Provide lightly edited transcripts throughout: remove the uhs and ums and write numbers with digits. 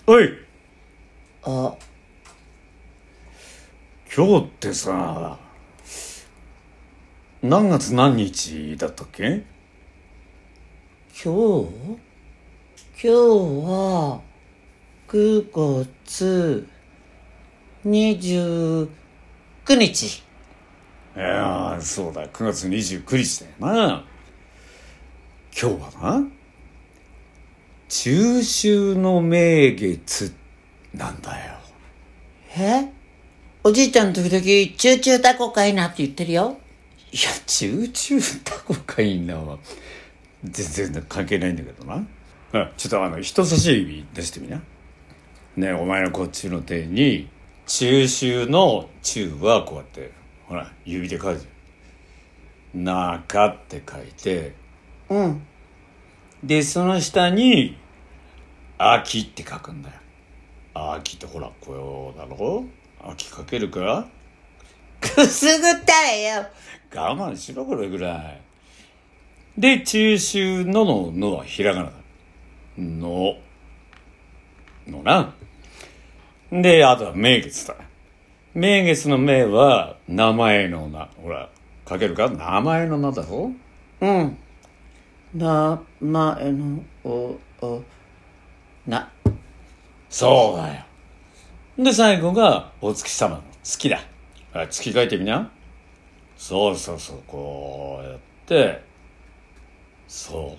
おい、 あ、 今日ってさ、何月何日だったっけ？ 今日は9月29日。 いやー、そうだ、9月29日だよな。今日はな、中秋の名月なんだよ。 おじいちゃん時々チューチュータコかいなって言ってるよ。 いや、中秋タコかいいなは全然関係ないんだけどな。ちょっと人差し指出してみな。ねえ、お前のこっちの手に中秋の中はこうやってほら指で書いて中って書いて、 うん。 でその下に秋って書くんだよ。秋ってほらこうだろ。秋書けるか？ くすぐったいよ。 我慢しろこれぐらいで、中秋のはひらがなだ。のな。で、あとは名月だ。名月の名は名前の名。ほら、書けるか？名前の名だろ。 うん。名前のな。 そうだよ。で、最後がお月様の月だ。月書いてみな。そう、こうやって、そう。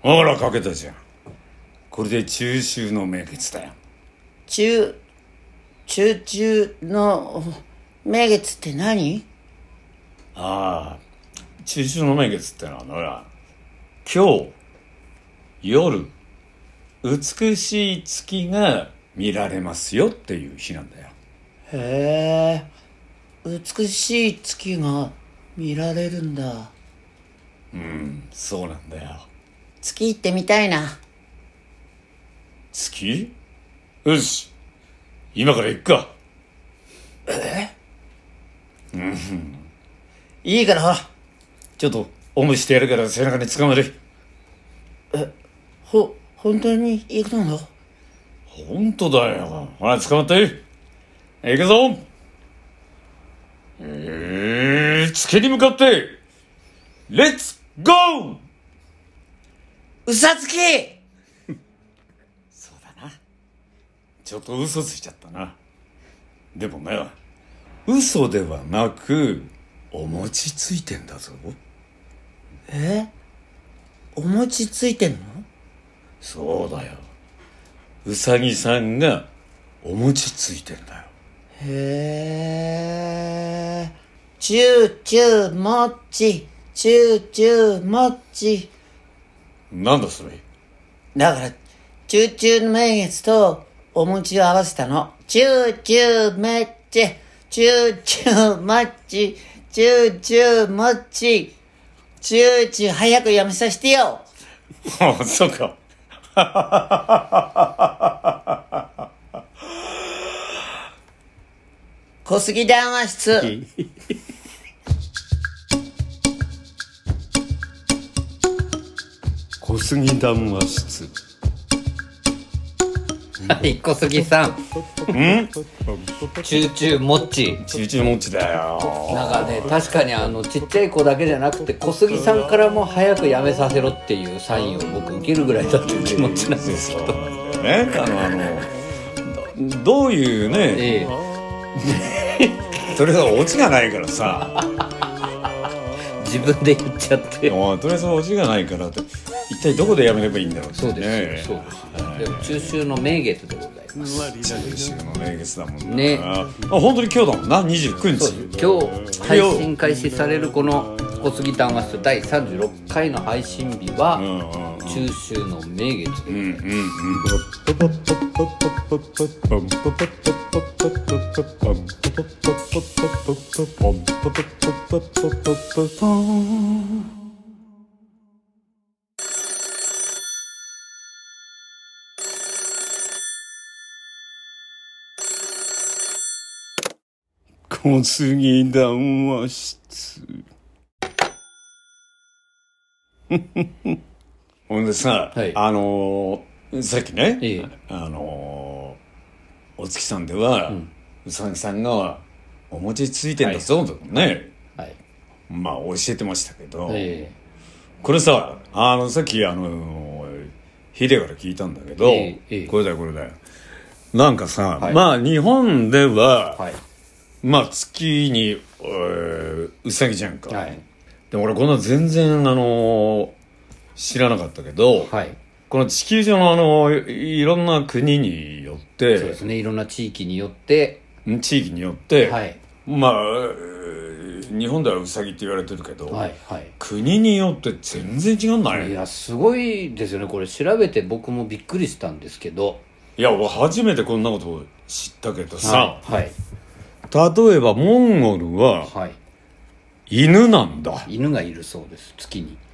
ほら、書けたじゃん。これで中秋の名月だよ。 中秋の名月って何？ ああ、中秋の名月ってのはな、今日夜美しい月が見られますよっていう日なんだよ。 へえ、美しい月が見られるんだ。 そうなんだよ。 月行ってみたいな。 月？よし、今から行くか。 いいからほら。 ちょっとおんぶしてやるから背中に捕まる。 本当に行くの？ 本当だよ。ほら捕まって行くぞ。月に向かってレッツゴー。 うさつき。 そうだな。ちょっと嘘ついちゃったな。でもね、嘘ではなくお餅ついてんだぞ。 お餅ついてんの？ そうだよ。うさぎさんがお餅ついてんだよ。 へえ。チューチューもっち、チューチューもっち。 なんだそれ。 だから、チューチューの名月とお餅を合わせたの。チューチューめっち、チューチューもっち、チューチューもっち、チューチュー早くやめさせてよ。 そうか。 小杉談話室。 小杉談話室。 はい、小杉さん。チューチューもっち。 ちゅうちゅう餅だよ。 なんかね、確かにちっちゃい子だけじゃなくて小杉さんからも早くやめさせろっていうサインを僕受けるぐらいだっていう気持ちなんですけど。 ね、どういうね、それはオチがないからさ。 自分で言っちゃって。 とりあえずオチがないからって一体どこでやめればいいんだろうってそうですよ、そうですよ。でも中秋の名月でございます。 中秋の名月だもんな。 ね。 本当に今日だもんな、29日。 今日配信開始されるこの小杉談話室第36回の配信日は中秋の名月でございます。 小杉談話室。ほんでさ、 はいさっきね、 ええお月さんでは、うさぎさんがお餅ついてんだぞとね、 はいまあ教えてましたけど、これささっきヒデから聞いたんだけど、これだよなんかさ、まあ日本では、まあ月に、うさぎじゃんか、で俺こんな全然知らなかったけど、この地球上のいろんな国によってそうですね、いろんな地域によって、 まあ日本ではウサギって言われてるけど、国によって全然違うんだね。 いやすごいですよね。これ調べて僕もびっくりしたんですけど、 いや俺初めてこんなことを知ったけどさ、例えばモンゴルは、犬なんだ。 犬がいるそうです、月に。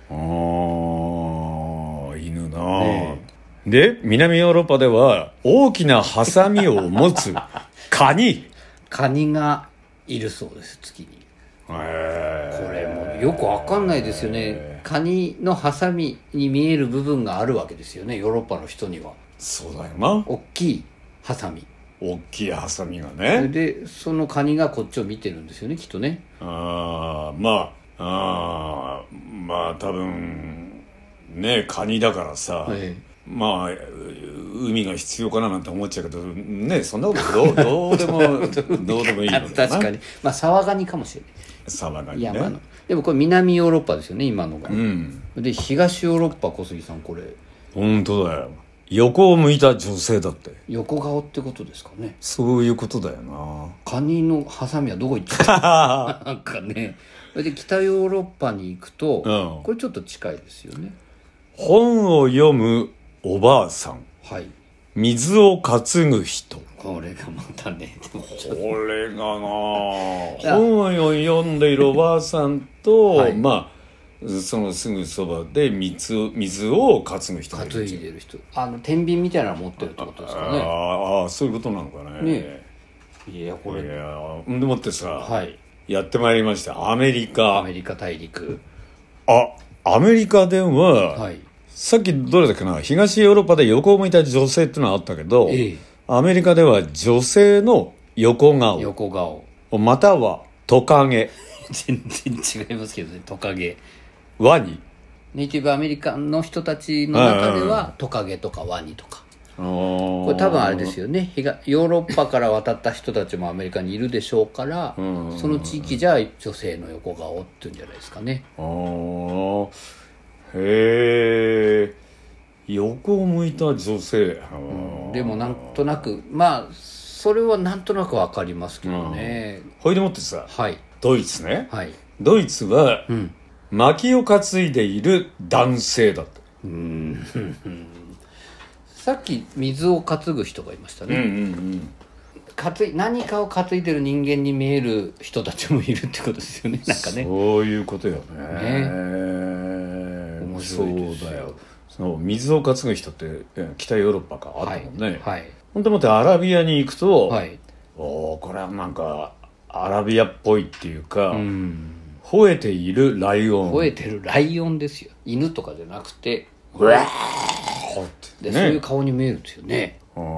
犬な、で南ヨーロッパでは大きなハサミを持つカニがいるそうです、月に。これもよくわかんないですよね。カニのハサミに見える部分があるわけですよね、ヨーロッパの人には。 そうだよな、 大きいハサミ、 大きいハサミがね。 でそのカニがこっちを見てるんですよね、きっとね。 まあ多分ねカニだからさ、まあ海が必要かななんて思っちゃうけどね、そんなことどうでもいいのだな。 確かに、まあサワガニかもしれない。 サワガニね。 でもこれ南ヨーロッパですよね、今のが。で東ヨーロッパ、小杉さん、これ本当だよ、横を向いた女性だって。 横顔ってことですかね。 そういうことだよな。 カニのハサミはどこ行っちゃったなんかね。で北ヨーロッパに行くと、これちょっと近いですよね。 本を読むおばあさん、水を担ぐ人。 これがまたね、 これがな本を読んでいるおばあさんと、まあそのすぐそばで水を担ぐ人がいる。 担いでる人、天秤みたいなの持ってるってことですかね。 そういうことなのかね。 いやこれでもってさ、やってまいりました、アメリカ大陸。 アメリカでは、さっきどれだっけな、東ヨーロッパで横を向いた女性っていうのはあったけど、アメリカでは女性の横顔またはトカゲ全然違いますけどね。トカゲ、 ワニ。 ネイティブアメリカンの人たちの中ではトカゲとかワニとか、これ多分あれですよね、ヨーロッパから渡った人たちもアメリカにいるでしょうから、その地域じゃ女性の横顔っていうんじゃないですかね。 横を向いた女性、 でもなんとなくまあそれはなんとなくわかりますけどね。 ほいでもってさ、ドイツね、ドイツは、薪を担いでいる男性だった。 さっき水を担ぐ人がいましたね。何かを担いでる人間に見える人たちもいるってことですよね。なんかね、 そういうことよね。 面白いですよ。 そうだよ。水を担ぐ人って北ヨーロッパかあったもんね。ほんでもってアラビアに行くと、これはなんかアラビアっぽいっていうか、吠えているライオン。 吠えてるライオンですよ。犬とかじゃなくて、 うわーってね、そういう顔に見えるんですよね。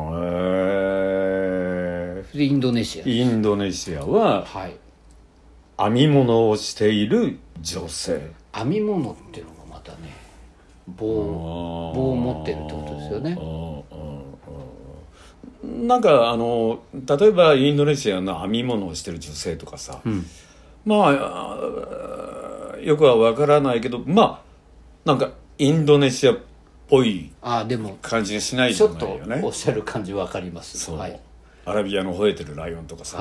でインドネシアは、編み物をしている女性。 編み物っていうのがまたね、棒を持ってるってことですよね。 なんか例えばインドネシアの編み物をしてる女性とかさ、まあよくは分からないけど、まあなんかインドネシアっぽい感じがしないじゃないよね。 ちょっとおっしゃる感じ分かります。 アラビアの吠えてるライオンとかさ、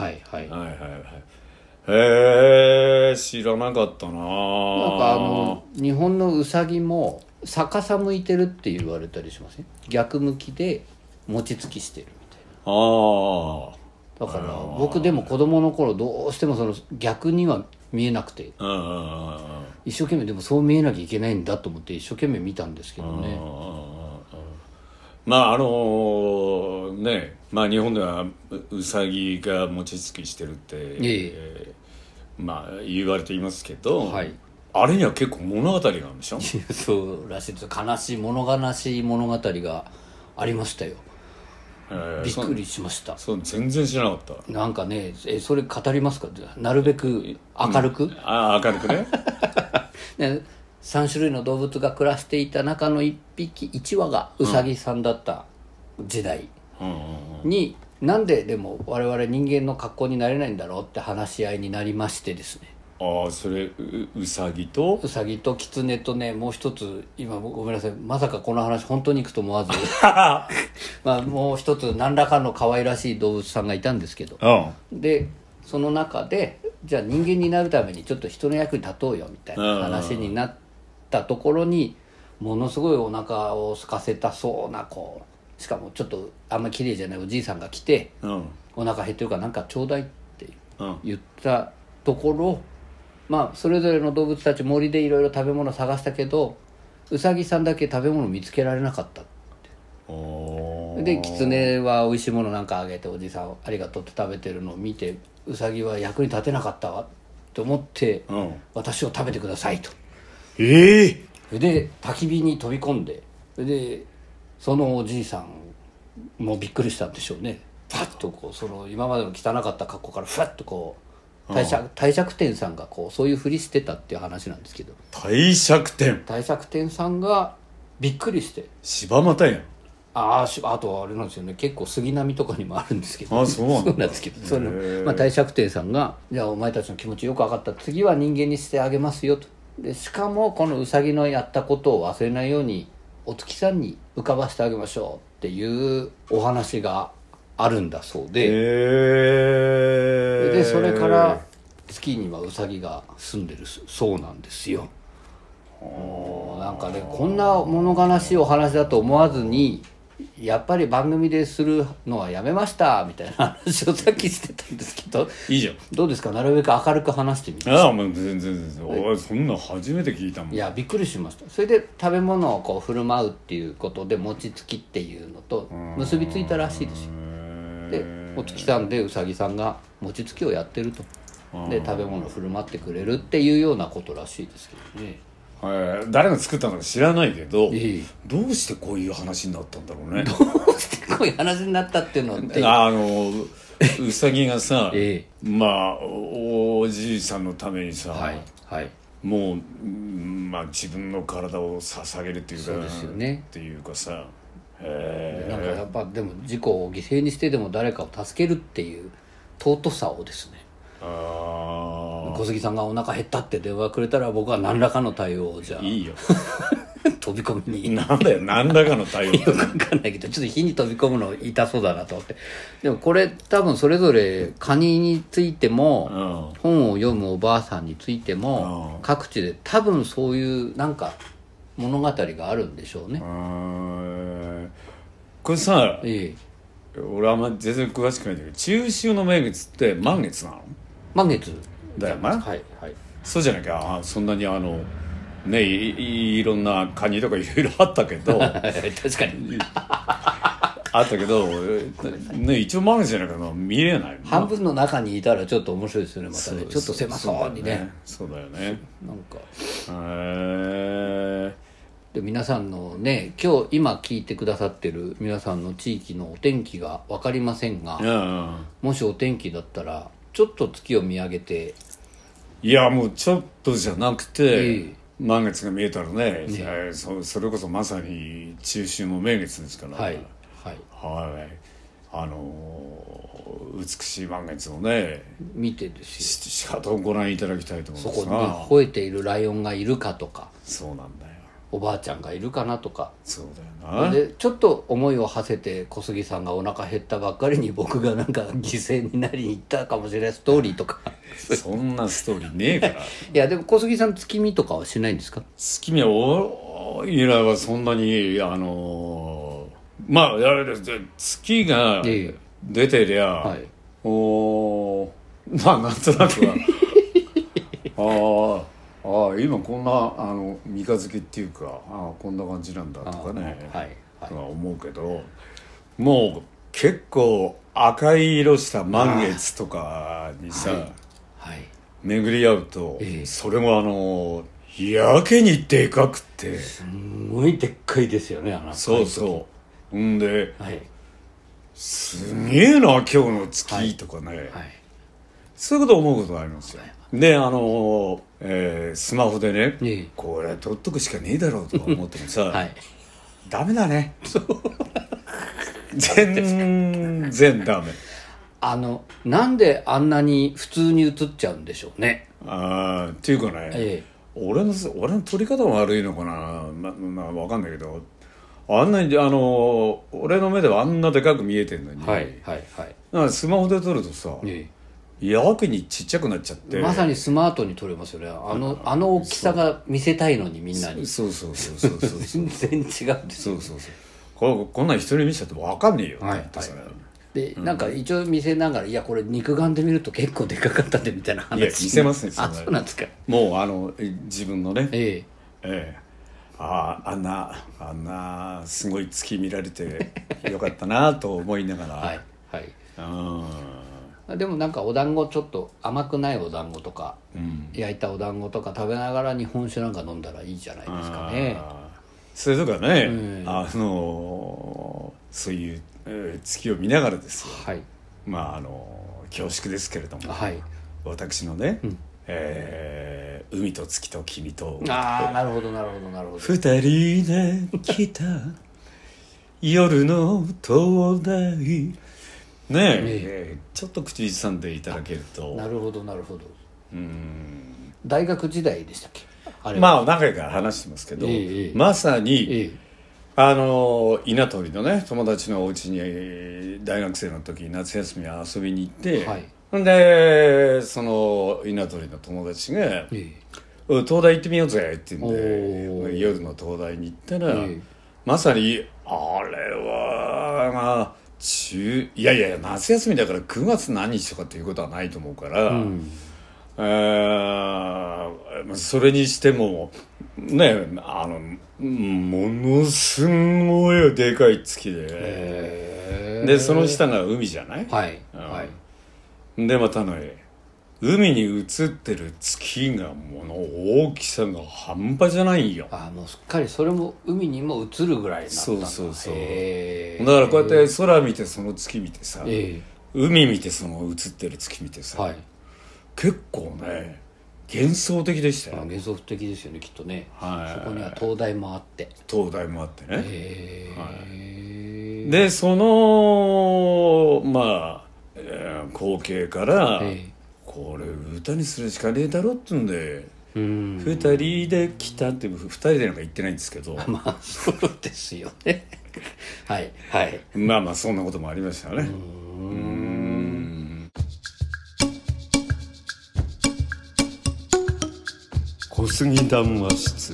知らなかったな。 なんか日本のウサギも逆さ向いてるって言われたりしません？逆向きで餅つきしてるみたいな。だから僕でも子供の頃どうしてもその逆には見えなくて、一生懸命でもそう見えなきゃいけないんだと思って一生懸命見たんですけどね。 まあね、まあ日本ではウサギが餅つきしてるって、まあ言われていますけど、あれには結構物語があるんでしょ。 そうらしいです。悲しい物語がありましたよ。 びっくりしました。 そう全然知らなかった。 なんかね、それ語りますか？なるべく明るく、 明るくねね、3種類の動物が暮らしていた中の1羽がウサギさんだった時代に、なんででも我々人間の格好になれないんだろうって話し合いになりましてですね。 それウサギとキツネとね、もう一つ今ごめんなさい、まさかこの話本当にいくと思わずまあもう一つ何らかの可愛らしい動物さんがいたんですけど、でその中でじゃあ人間になるためにちょっと人の役に立とうよみたいな話になったところに、ものすごいお腹を空かせたそうな子、しかもちょっとあんまり綺麗じゃないおじいさんが来て、お腹減ってるからなんかちょうだいって言ったところ、まあそれぞれの動物たち森でいろいろ食べ物探したけど、ウサギさんだけ食べ物見つけられなかったって。でキツネは美味しいものなんかあげておじさんありがとうって食べてるのを見て、ウサギは役に立てなかったわと思って、私を食べてくださいと。で焚き火に飛び込んで、でそのおじいさんもびっくりしたんでしょうね。パッとこうその今までの汚かった格好からふわっとこう帝釈天さんがこうそういうふりしてたっていう話なんですけど、 帝釈天さんがびっくりして、 柴又やん。 あとはあれなんですよね、結構杉並とかにもあるんですけど、 そうなんですけど、その帝釈天さんがじゃあお前たちの気持ちよく分かった、次は人間にしてあげますよと。でしかもこのウサギのやったことを忘れないようにお月さんに浮かばせてあげましょうっていうお話があるんだそうで、でそれから月にはウサギが住んでるそうなんですよ。なんかね、こんな物悲しいお話だと思わずに、やっぱり番組でするのはやめましたみたいな話をさっきしてたんですけど、 いいじゃん。 どうですか、なるべく明るく話してみて。 もう全然そんな初めて聞いたもん。 いやびっくりしました。それで食べ物をこう振る舞うっていうことで餅つきっていうのと結びついたらしいですよ。でお月さんでうさぎさんが餅つきをやってると、で食べ物を振る舞ってくれるっていうようなことらしいですけどね。 誰が作ったのか知らないけど、どうしてこういう話になったんだろうね。 どうしてこういう話になったっていうのってうさぎがさ、まあおじいさんのためにさ、もう、まあ、自分の体を捧げるっていうか、 そうですよね、 っていうかさ、 なんかやっぱでも自己を犠牲にしてでも誰かを助けるっていう尊さをですね、小杉さんがお腹減ったって電話くれたら僕は何らかの対応をじゃあいいよ飛び込みになんだよ何らかの対応よく分かんないけど、ちょっと火に飛び込むの痛そうだなと思って。でもこれ多分それぞれカニについても、本を読むおばあさんについても、各地で多分そういうなんか物語があるんでしょうね。 これさ、俺あんま全然詳しくないんだけど、中秋の名月って満月なの？ 満月だよな。そうじゃなきゃそんなにね、いろんなカニとかいろいろあったけど確かにあったけど、ね、一応満月じゃなきゃ見れない。 半分の中にいたらちょっと面白いですよね、またね。ちょっと狭そうにね。 そうだよね。 なんかで皆さんのね、今聞いてくださってる皆さんの地域のお天気が分かりませんが、もしお天気だったらちょっと月を見上げて、 いやもうちょっとじゃなくて、満月が見えたらね、それこそまさに中秋の名月ですから、美しい満月をね見てですよ、 しかとご覧いただきたいと思います。 そこに吠えているライオンがいるかとか、 そうなんだよ、 おばあちゃんがいるかなとか。 そうだよな。 でちょっと思いを馳せて小杉さんがお腹減ったばっかりに僕がなんか犠牲になりに行ったかもしれないストーリーとかそんなストーリーねえからいやでも小杉さん月見とかはしないんですか？ 月見は以来はそんなにまあ月が出てりゃ、まあなんとなくは今こんな三日月っていうかこんな感じなんだとかね、思うけど、もう結構赤い色した満月とかにさ、巡り合うと、それもやけにでかくてすごいでっかいですよね。 そうそうんで、 すげえな今日の月とかね、 はいそういうこと思うことがありますよ。でスマホでね、 ええこれ撮っとくしかねえだろうとか思ってもさ、 はいダメだね。全然ダメ。 なんであんなに普通に映っちゃうんでしょうね。 っていうかね、 え俺の撮り方が悪いのかな、分かんないけど、あんなに俺の目ではあんなでかく見えてんのに、 はいはいはいなんかスマホで撮るとさ、 えやけにちっちゃくなっちゃってまさにスマートに撮れますよね。あの大きさが見せたいのにみんなにそう全然違うんですよ。そうこんなん人に見せたって分かんねえよって言ってさ、 でなんか一応見せながら、いやこれ肉眼で見ると結構でかかったでみたいな話。 いや見せますね。 あ、そうなんですか。 もう自分のね、 えあんなすごい月見られてよかったなと思いながら、 はいはいうん、 でもなんかお団子ちょっと甘くないお団子とか、焼いたお団子とか食べながら日本酒なんか飲んだらいいじゃないですかね。 それとかね、そういう、月を見ながらですよ、 はい、 恐縮ですけれども、 はい、 私のね、海と月と君となるほど二人で来た夜の灯台ねちょっと口ずさんでいただけると。 なるほど大学時代でしたっけあれ何回か話してますけど、まさに、稲取のね友達のお家に大学生の時夏休み遊びに行って、でその稲取の友達が、東大行ってみようぜって言うんで夜の東大に行ったら、まさにあれはいや夏休みだから9月何日とかっていうことはないと思うから、それにしてもねものすごいでかい月で、その下が海じゃない、でまたね海に映ってる月がもの大きさが半端じゃないよ。 もうすっかりそれも海にも映るぐらいになったんだ。 そうだからこうやって空見てその月見てさ、海見てその映ってる月見てさ、結構ね幻想的でしたよ。 幻想的ですよねきっとね、 そこには灯台もあってね、でその光景から、これ歌にするしかねえだろってんで二人で来たって二人でなんか言ってないんですけどそうですよねはいそんなこともありましたね。小杉談話室。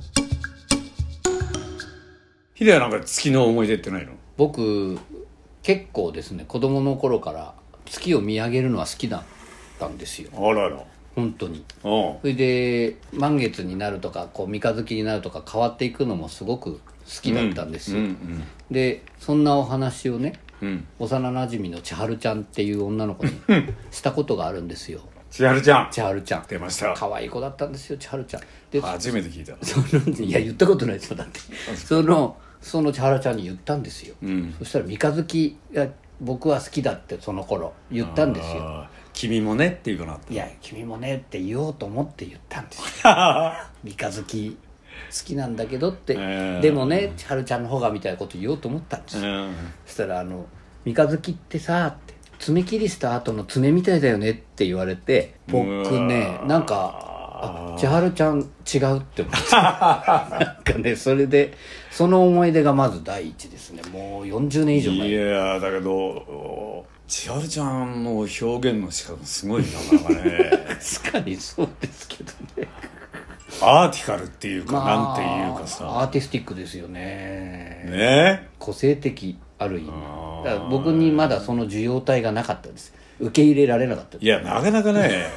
ヒデはなんか月の思い出ってないの？ 僕結構ですね子供の頃から月を見上げるのは好きだったんですよ。 あらら本当に。それで満月になるとか三日月になるとか変わっていくのもすごく好きだったんですよ。でそんなお話をね、幼なじみの千春ちゃんっていう女の子にしたことがあるんですよ。 千春ちゃん出ました。可愛い子だったんですよ千春ちゃんで。 初めて聞いた。 いや言ったことないですよだってその千春ちゃんに言ったんですよ、そしたら三日月が僕は好きだってその頃言ったんですよ。 君もねっていうかなって。 いや君もねって言おうと思って言ったんですよ三日月好きなんだけどって、でもね千春ちゃんの方がみたいなこと言おうと思ったんですよ。そしたら三日月ってさって爪切りした後の爪みたいだよねって言われて、僕ねなんか千春ちゃん違うって思ってなんかねそれでその思い出がまず第一ですね。もう40年以上前。 いやだけど千春ちゃんの表現の仕方すごいなかなかね確かにそうですけどねアーティカルっていうか、なんていうかさアーティスティックですよね。個性的ある意味。だから僕にまだその受容体がなかったです。受け入れられなかったです。 いやなかなかね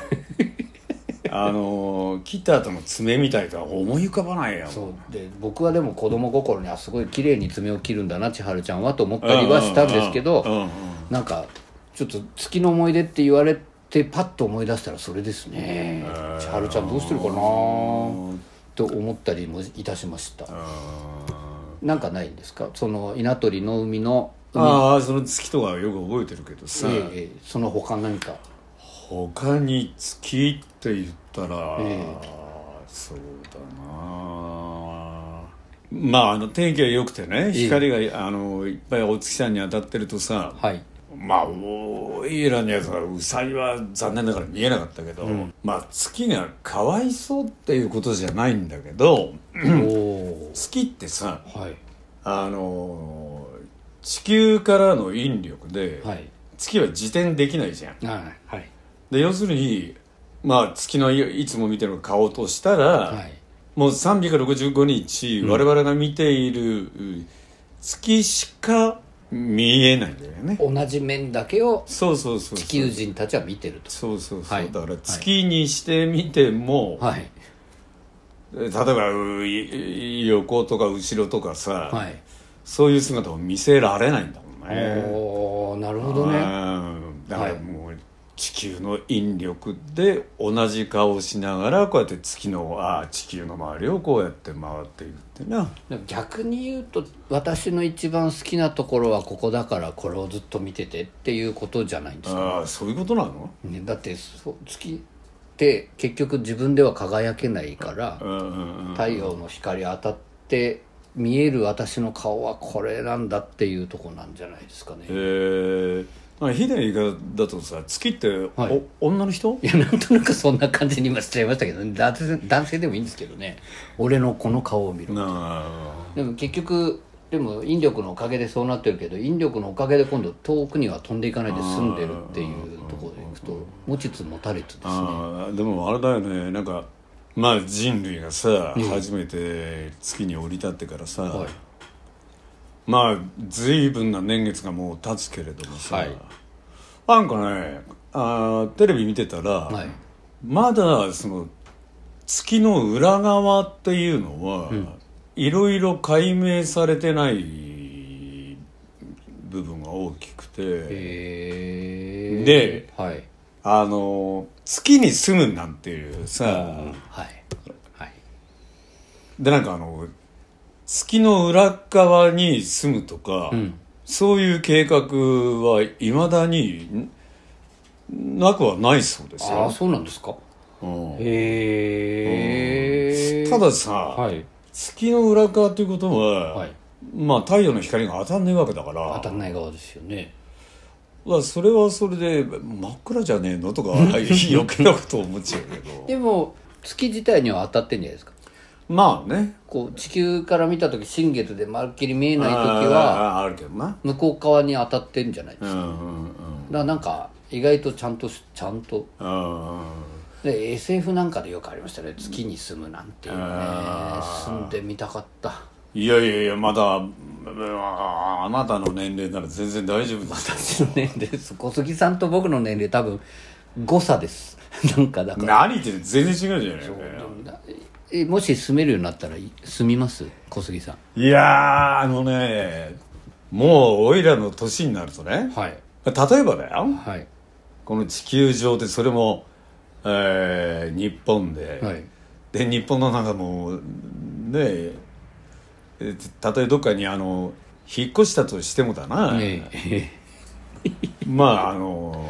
切った後の爪みたいとは思い浮かばないよ。 そうで僕はでも子供心にすごい綺麗に爪を切るんだな千春ちゃんはと思ったりはしたんですけど、なんかちょっと月の思い出って言われてパッと思い出したらそれですね。千春ちゃんどうしてるかなと思ったりもいたしました。なんかないんですかその稲取の海のああその月とかよく覚えてるけどさ、 その他何か他に月って言ったら、そうだなまあ天気が良くてね光が、いっぱいお月さんに当たってるとさ、 はい、 まあオイラのやつはウサギは残念ながら見えなかったけど、まあ月がかわいそうっていうことじゃないんだけど月ってさ、 はい、 地球からの引力で、 はい、 月は自転できないじゃん、 はい、 で要するにまあ月のいつも見てる顔としたら、 はい、 もう365日、我々が見ている月しか見えないんだよね。 同じ面だけをそう地球人たちは見てると。 そう、 はい、 だから月にしてみても、 はい、 例えば横とか後ろとかさ、 はい、 そういう姿を見せられないんだもんね。 おー、なるほどね。 だからもう地球の引力で同じ顔をしながらこうやって地球の周りをこうやって回っているってな。 逆に言うと私の一番好きなところはここだからこれをずっと見ててっていうことじゃないんですか、 ああそういうことなの、 ね、だって月って結局自分では輝けないから、太陽の光当たって見える私の顔はこれなんだっていうとこなんじゃないですかね。 ヒデの言い方だとさ月って、はい、女の人？ いやなんとなくそんな感じに今しちゃいましたけど、ね、男性でもいいんですけどね、俺のこの顔を見ると。でも結局でも引力のおかげでそうなってるけど、引力のおかげで今度遠くには飛んでいかないで済んでるっていうところでいくと持ちつ持たれつですね。 でもあれだよね、なんかまあ人類がさ、初めて月に降り立ってからさ、はい、まあ随分な年月がもう経つけれどもさ、はい、なんかねテレビ見てたら、はい、まだその月の裏側っていうのは、いろいろ解明されてない部分が大きくて、で、はい、月に住むなんていうさ、はいはい、でなんか月の裏側に住むとか、そういう計画はいまだになくはないそうですよ。 ああそうなんですか。 たださ、はい、月の裏側ということは、はい、まあ太陽の光が当たんないわけだから、 当たんない側ですよね。 それはそれで真っ暗じゃねえのとか余計なことを思っちゃうけどでも月自体には当たってんじゃないですか。 まあね、 こう地球から見た時新月でまるっきり見えない時はあるけどな、 向こう側に当たってんじゃないですか、だからなんか意外とちゃんとで SF なんかでよくありましたね、月に住むなんていうね。住んでみたかった。 いやまだあなたの年齢なら全然大丈夫です。 私の年齢です。小杉さんと僕の年齢多分誤差ですなんかだから何言って全然違うじゃないかよ。 もし住めるようになったら住みます？小杉さん。 いやもうおいらの年になるとね、はい、例えばだよ、はい、この地球上でそれも、日本で、はい、で日本の中もね、たとえどっかに引っ越したとしてもだな、まあ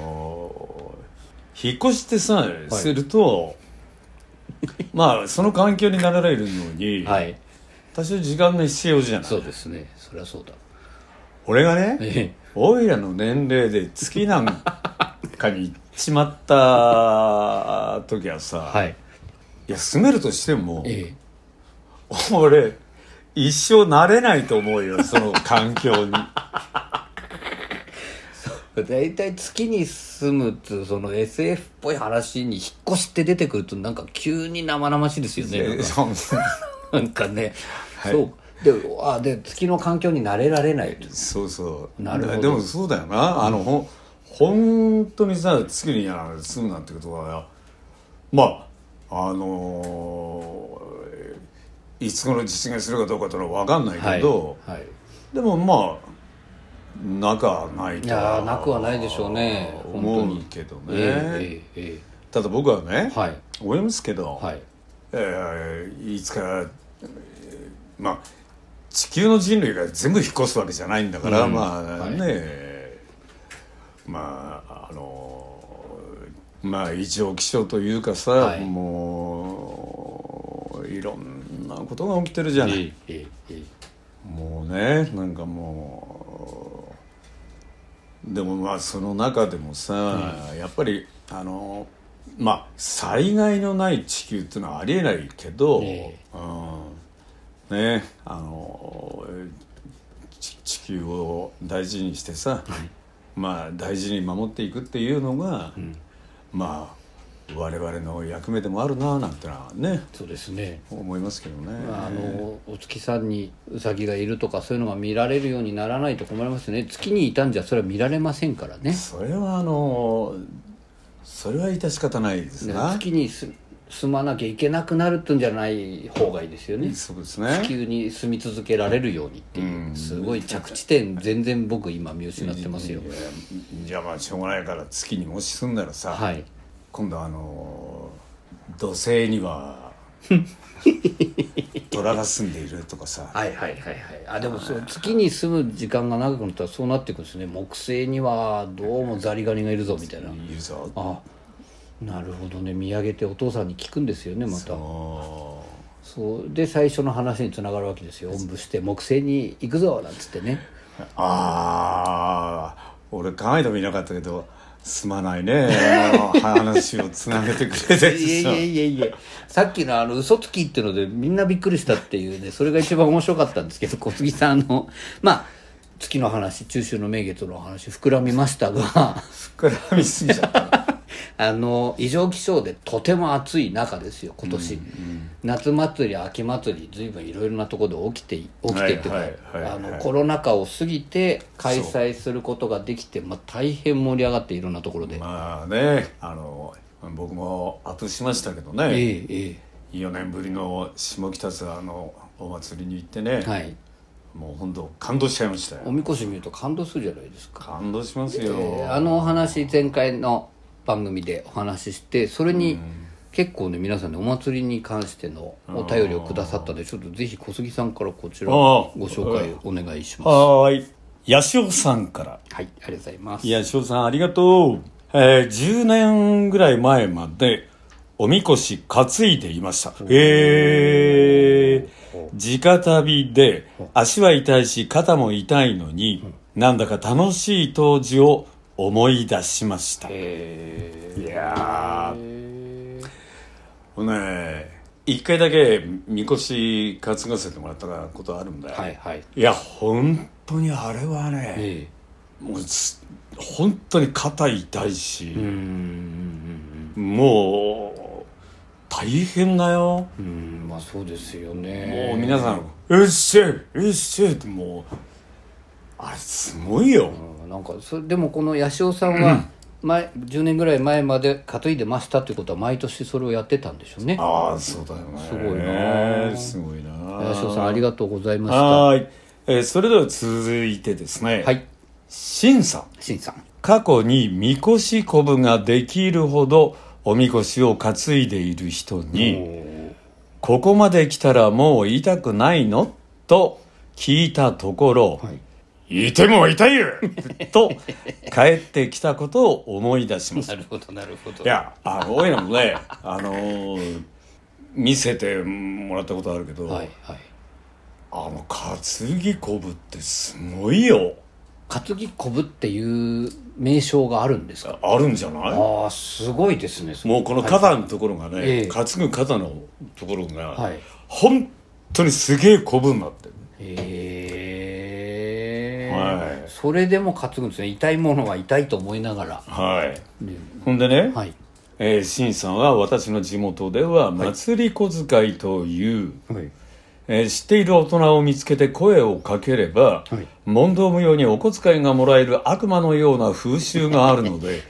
引っ越してさ、はい、するとまあその環境になられるのに、はい、多少時間が必要じゃない。 そうですね、そりゃそうだ。 俺がね、おいらの年齢で月なんかに行っちまった時はさ、はい、いや住めるとしても、俺一生慣れないと思うよその環境にだいたい月に住むっていうその SF っぽい話に引っ越しって出てくるとなんか急に生々しいですよね。なんかね、はい、そうで月の環境に慣れられない。 そうなるほど。 でもそうだよな、本当にさ月に住むなんてことはまあいつ頃実現するかどうかというのは分かんないけど、はいはい、でもまあなくはないとは、 いやなくはないでしょうね思うけどね、ただ僕はね、はい、思いますけど、はい、いつかまあ地球の人類が全部引っ越すわけじゃないんだから、まあね、まあまあ異常気象というかさ、もういろんなことが起きてるじゃない、もうね、なんかもうでもまあその中でもさ、やっぱりまあ災害のない地球っていうのはありえないけど、ね、地球を大事にしてさ、まあ大事に守っていくっていうのが、まあ我々の役目でもあるななんてのはね、 そうですね、 思いますけどね。 お月さんにウサギがいるとかそういうのが見られるようにならないと困りますね。月にいたんじゃそれは見られませんからね。 それは致し方ないですな。 月に住まなきゃいけなくなるってんじゃない方がいいですよね。 そうですね。 地球に住み続けられるようにっていう、すごい着地点全然僕今見失ってますよ。 じゃあまあしょうがないから月にもし住んだらさ、今度土星には虎が住んでいるとかさ。 でもそう月に住む時間が長くなったらそうなっていくんですね。木星にはどうもザリガニがいるぞみたいな。 いるぞ。 なるほどね。見上げてお父さんに聞くんですよね、また。そうで最初の話につながるわけですよ。おんぶして木星に行くぞなんつってね。 俺考えてもいなかったけどすまないね、話をつなげてくれていえさっきの嘘つきっていうのでみんなびっくりしたっていうね、それが一番面白かったんですけど、小杉さんまあ月の話、中秋の名月の話膨らみましたが膨らみすぎちゃった異常気象でとても暑い中ですよ今年、夏祭り秋祭り随分いろいろなところで起きてっていうか、コロナ禍を過ぎて開催することができて、大変盛り上がっていろんなところで、 まあね、僕もアップしましたけどね、4年ぶりの下北沢のお祭りに行ってね、もう本当感動しちゃいましたよ。 おみこし見ると感動するじゃないですか。 感動しますよ。 お話前回の番組でお話しして、それに結構ね皆さんねお祭りに関してのお便りをくださったので、ちょっとぜひ小杉さんからこちらご紹介お願いします。 八潮さんから。 ありがとうございます。 八潮さんありがとう。10年ぐらい前までおみこし担いでいました。直旅で足は痛いし肩も痛いのに、なんだか楽しい当時を思い出しました。いや一回だけみこし担がせてもらったことあるんだよ。いや本当にあれはね、もう本当に肩痛いし、もう大変だよ。 そうですよね。 もう皆さんうっしゃってもうあれすごいよ。 なんかでもこの八潮さんは10年ぐらい前まで担いでましたっていうことは毎年それをやってたんでしょうね。 そうだよね。 すごいな。八潮さんありがとうございました。 それでは続いてですね、しんさん。過去にみこしこぶができるほどおみこしを担いでいる人に、ここまで来たらもう痛くないのと聞いたところ、いても痛いよと帰ってきたことを思い出します。 なるほど。 いやおいらもね見せてもらったことあるけど、担ぎこぶってすごいよ。 担ぎこぶっていう名称があるんですか？ あるんじゃない？ すごいですね。 もうこの肩のところがね、担ぐ肩のところが、本当にすげえこぶになってる。 それでも担ぐんですね。痛いものは痛いと思いながら。 ほんでね、しんさんは私の地元では祭り小遣いという、知っている大人を見つけて声をかければ、問答無用にお小遣いがもらえる悪魔のような風習があるので、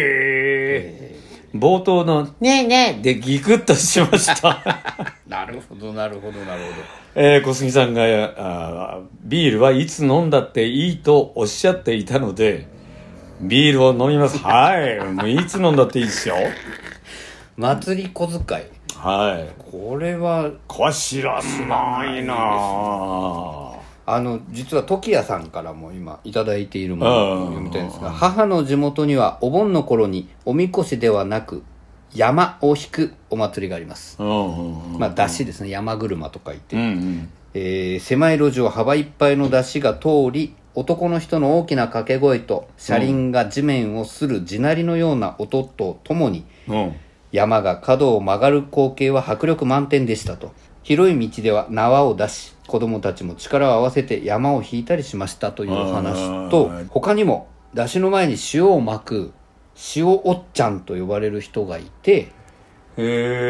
冒頭のねえねえでギクッとしましたなるほど小杉さんがビールはいつ飲んだっていいとおっしゃっていたのでビールを飲みます。もういつ飲んだっていいですよ。 祭り小遣い、これは知らないな。 実は時矢さんからも今いただいているものを読みたいんですが、母の地元にはお盆の頃におみこしではなく山を引くお祭りがあります。まあ山車ですね、山車と書いて、狭い路地を幅いっぱいの山車が通り、男の人の大きな掛け声と車輪が地面をする地鳴りのような音とともに、山が角を曲がる光景は迫力満点でしたと。広い道では縄を出し、子供たちも力を合わせて山を引いたりしましたという話と、他にも山車の前に塩をまく塩おっちゃんと呼ばれる人がいて、子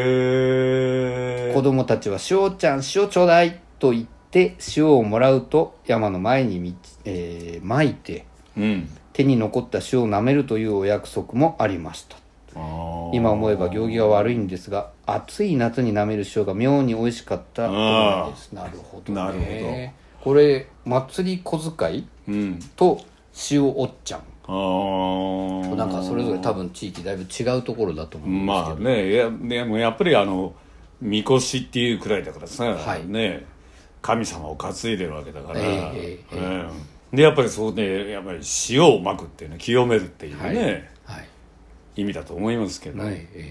供たちは塩おっちゃん塩ちょうだいと言って塩をもらうと山の前にまいて、手に残った塩を舐めるというお約束もありました。今思えば行儀が悪いんですが、暑い夏に舐める塩が妙に美味しかった思いです。なるほどね。なるほど。これ祭り小遣い、と塩おっちゃん、なんかそれぞれ多分地域だいぶ違うところだと思うんですけど、まあね、でもやっぱりみこしっていうくらいだからさ、ね、神様を担いでるわけだから、でやっぱりそうね、やっぱり塩をまくっていうね、清めるっていうね、意味だと思いますけど、だ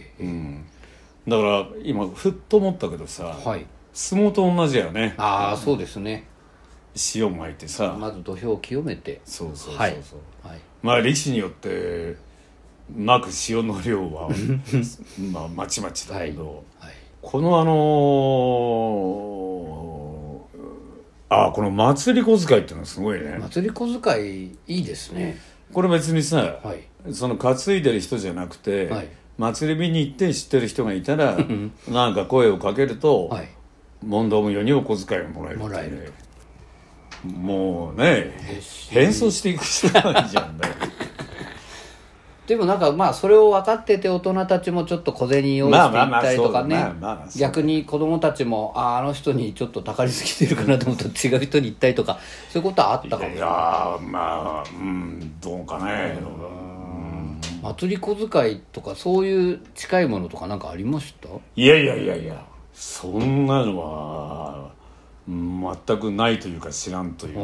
から今ふっと思ったけどさ、相撲と同じやね。 ああ、そうですね。 塩まいてさ、 まず土俵を清めて、 そう、まあ力士によってまく塩の量はまあまちまちだけど、このこの祭り小遣いっていうのはすごいね。 祭り小遣いいいですね。 これ別にさ、その担いでる人じゃなくて、祭り見に行って知ってる人がいたらなんか声をかけると、問答無用にお小遣いをもらえるっていうね。もうね、変装していくしかないじゃんね。 でもなんかまあそれを分かってて大人たちもちょっと小銭用意していったりとかね、逆に子供たちもあの人にちょっとたかりすぎてるかなと思ったら違う人に言ったりとか、そういうことはあったかもしれない。いやまあどうかね。 祭り小遣いとかそういう近いものとかなんかありました？ いやそんなのは全くないというか知らんというか、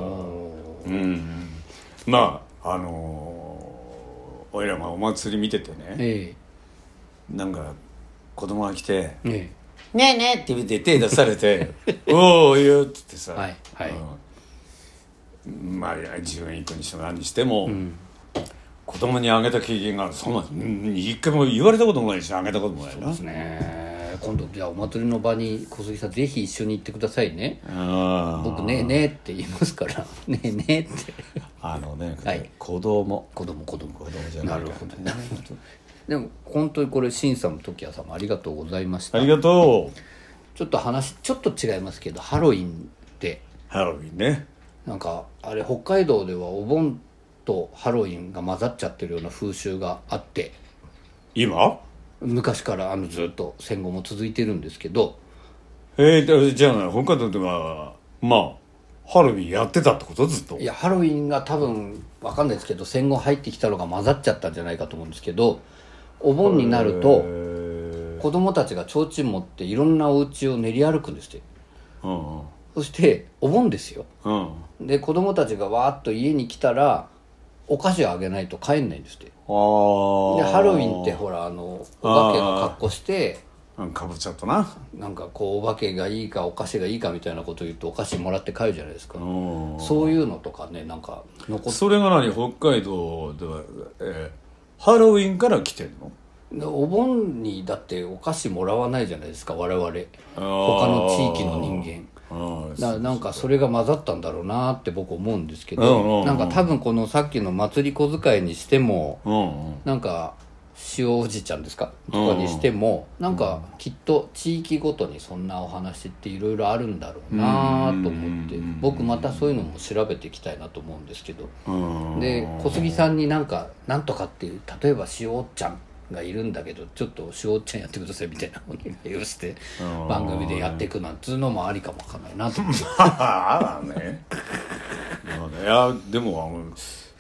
まあ俺らがお祭り見ててね、なんか子供が来て「ねえねえ」って言って手出されて「おおいいよ」っつってさ、まあ10円いくにしても何にしても、子供にあげた経験がある。そんな一回も言われたこともないし、あげたこともないな。 そうですね。今度じゃあお祭りの場に小杉さんぜひ一緒に行ってくださいね。僕ねえねえって言いますからねえねえって子供じゃない。 なるほどね。でも本当にこれ新さんも時矢さんもありがとうございました。 ありがとう。 ちょっと話ちょっと違いますけど、ハロウィンってハロウィンね、 なんかあれ北海道ではお盆とハロウィンが混ざっちゃってるような風習があって、 今昔からずっと戦後も続いてるんですけど、 じゃあ北海道ではまあハロウィンやってたってこと？ずっと。 いやハロウィンが多分わかんないですけど、戦後入ってきたのが混ざっちゃったんじゃないかと思うんですけど、お盆になると子供たちが提灯持っていろんなお家を練り歩くんですって、そしてお盆ですよ、で子供たちがわーっと家に来たらお菓子をあげないと帰んないんですって。でハロウィンってほらお化けの格好してかぶっちゃったな、 なんかこうお化けがいいかお菓子がいいかみたいなことを言うとお菓子もらって帰るじゃないですか。そういうのとかね、なんか残ってそれが北海道では、ハロウィンから来てんの？ お盆にだってお菓子もらわないじゃないですか我々、他の地域の人間。なんかそれが混ざったんだろうなって僕思うんですけど、なんか多分このさっきの祭り小遣いにしても、なんか塩おじちゃんですかとかにしても、なんかきっと地域ごとにそんなお話っていろいろあるんだろうなと思って、僕またそういうのも調べていきたいなと思うんですけど、で小杉さんになんかなんとかっていう、例えば塩おっちゃんがいるんだけどちょっと塩おっちゃんやってくださいみたいなお願いをして番組でやっていくなんていうのもありかもわかんないなと思って。 いやでも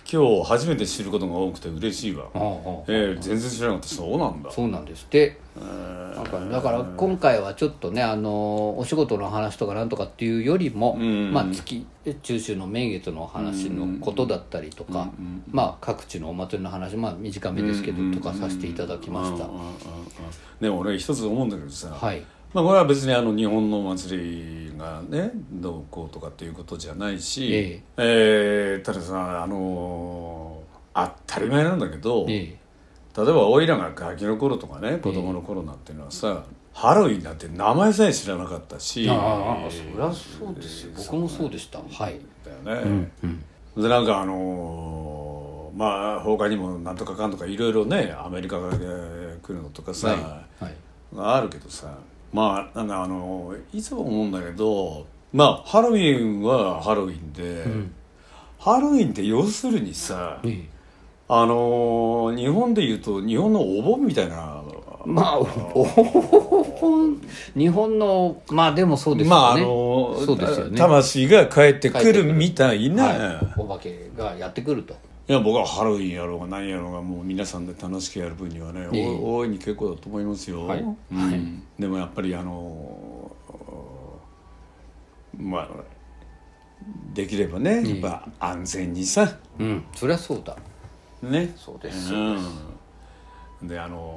今日初めて知ることが多くて嬉しいわ。全然知らなかった。そうなんだ。 そうなんですって。なんかだから今回はちょっとねお仕事の話とかなんとかっていうよりも、まあ中秋の名月の話のことだったりとか、まあ各地のお祭りの話、まあ短めですけどとかさせていただきました。 でも俺一つ思うんだけどさ、 はい、 まあこれは別に日本のお祭りがねどうこうとかっていうことじゃないし、たださ当たり前なんだけど、例えばおいらがガキの頃とかね子供の頃なんていうのはさ、ハロウィンなんて名前さえ知らなかったし、 そりゃそうですよ。僕もそうでした。はい。 だよね。でなんかまあ他にもなんとかかんとかいろいろねアメリカから来るのとかさ、あるけどさ、まあなんかいつも思うんだけど、まあハロウィンはハロウィンで、ハロウィンって要するにさ、日本でいうと日本のお盆みたいな、 まあ日本のまあでもそうですよね。そうですよね。 魂が帰ってくるみたいな、 お化けがやってくると。 いや僕はハロウィンやろうが何やろうがもう皆さんで楽しくやる分にはね、大いに結構だと思いますよ。でもやっぱりまあできればね、やっぱ安全にさ、 そりゃそうだね。 そうです。 で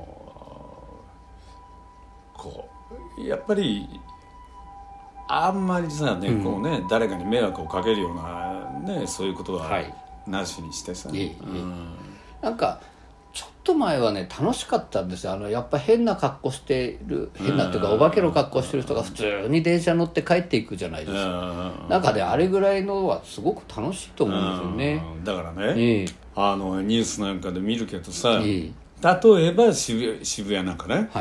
こうやっぱりあんまりさね、こうね誰かに迷惑をかけるようなねそういうことはなしにしてさ、 なんかちょっと前はね楽しかったんですよ。やっぱ変な格好してる、変なっていうかお化けの格好してる人が普通に電車乗って帰っていくじゃないですか。なんかねあれぐらいのはすごく楽しいと思うんですよね。 だからね、ニュースなんかで見るけどさ、例えば渋谷なんかね、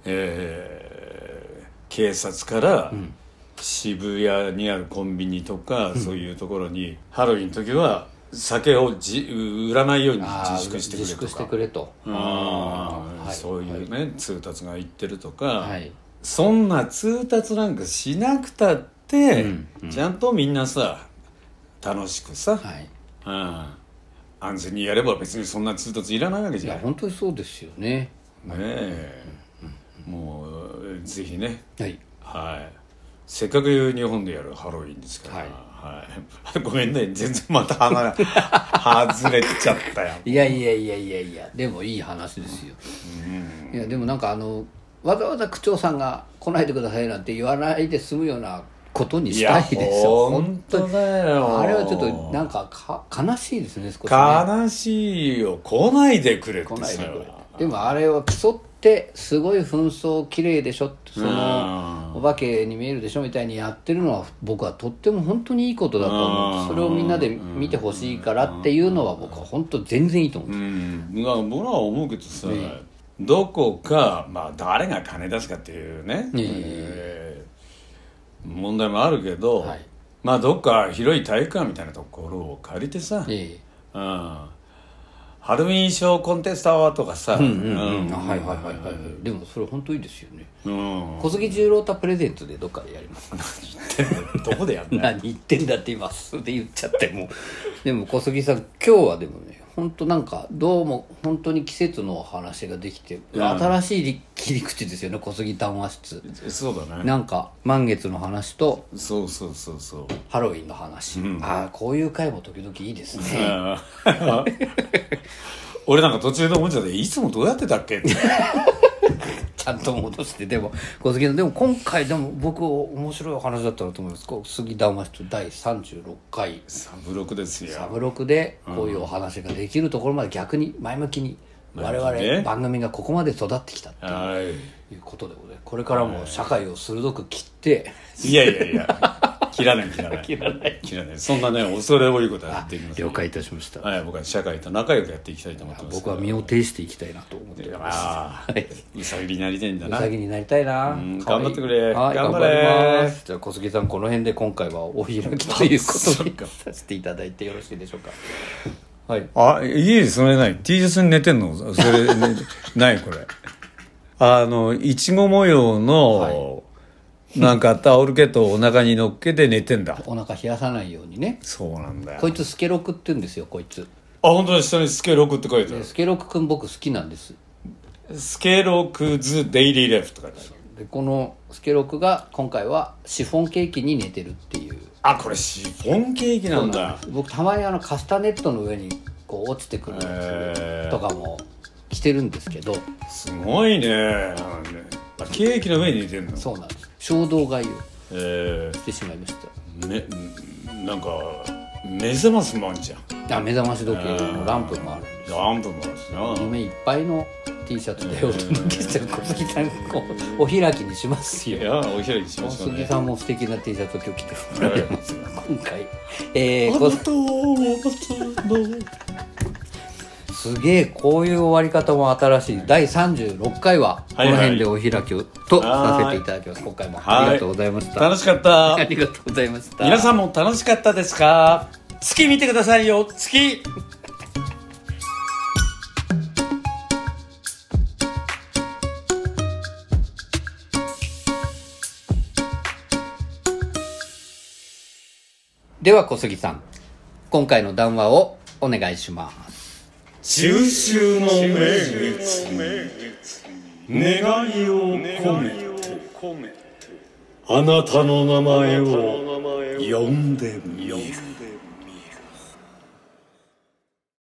警察から、渋谷にあるコンビニとか、そういうところにハロウィンの時は酒を売らないように自粛してくれとか、そういうね通達が言ってるとか、そんな通達なんかしなくたって、ちゃんとみんなさ楽しくさ、安全にやれば別にそんな通達いらないわけじゃん。 いや本当にそうですよね。 もうぜひね、せっかく日本でやるハロウィンですから、ごめんね全然また鼻が外れちゃったよ。 いやでもいい話ですよ。いやでもなんかわざわざ区長さんが来ないでくださいなんて言わないで済むようなことにしたいですよ。 本当だよ。 あれはちょっとなんか悲しいですね。少しね悲しいよ。来ないでくれってさ。 でもあれは競ってすごい紛争綺麗でしょ、そのお化けに見えるでしょみたいにやってるのは僕はとっても本当にいいことだと思う。それをみんなで見てほしいからっていうのは僕は本当全然いいと思う。 僕らは思うけどさ、どこかまあ誰が金出すかっていうね、問題もあるけど、まあどっか広い体育館みたいなところを借りてさ、ハロウィンショーコンテストとかさ、でもそれ本当いいですよね。小杉十郎太プレゼンツでどっかでやりますどこでやるの？ 何言ってんだって今素で言っちゃってもでも小杉さん今日はでもね本当なんかどうも本当に季節の話ができて、新しい切り口ですよね小杉談話室。 そうだね。 なんか満月の話とそうハロウィンの話、こういう回も時々いいですね。 俺なんか途中で思っちゃっていつもどうやってたっけってちゃんと戻して。でも小杉さんでも今回でも僕面白いお話だったなと思います。小杉談話室第36回サブロクですよ。 サブロクでこういうお話ができるところまで逆に前向きに我々番組がここまで育ってきたっていうことでございます。これからも社会を鋭く切っていや切らないそんなね恐れ多いことはやっていきます。 了解いたしました。 僕は社会と仲良くやっていきたいと思ってます。 僕は身を挺していきたいなと思ってます。 うさぎになりたいんだな。 うさぎになりたいな。 頑張ってくれ。 頑張ります。じゃあ小杉さんこの辺で今回はお開きということにさせていただいてよろしいでしょうか。 家でそれない T シャツに寝てんの？それないこれ。いちご模様の、なんかタオルケットをお腹に乗っけて寝てんだ。 お腹冷やさないようにね。 そうなんだよ。 こいつスケロクって言うんですよこいつ。 本当に下にスケロクって書いてある。 スケロクくん僕好きなんです。 スケロクズデイリーライフって書いてある。 でこのスケロクが今回はシフォンケーキに寝てるっていう。 これシフォンケーキなんだ。 僕たまにカスタネットの上にこう落ちてくるやつとかも着てるんですけど、 すごいね。ケーキの上に寝てるの。 そうなんです。衝動買いをしてしまいました。 なんか目覚ましもあるじゃん。 目覚まし時計のランプもあるんです。 ランプもあるしな。 夢いっぱいの T シャツでお届けしてる小杉さんお開きにしますよ。 いやお開きにしましょうね。 小杉さんも素敵な T シャツを今日着てもらいますが、今回すげえこういう終わり方も新しい。第36回はこの辺でお開きをとさせていただきます。今回もありがとうございました。 楽しかった。 ありがとうございました。 皆さんも楽しかったですか？月見てくださいよ。月では小杉さん、今回の談話をお願いします。 中秋の名月に願いを込めてあなたの名前を呼んでみる。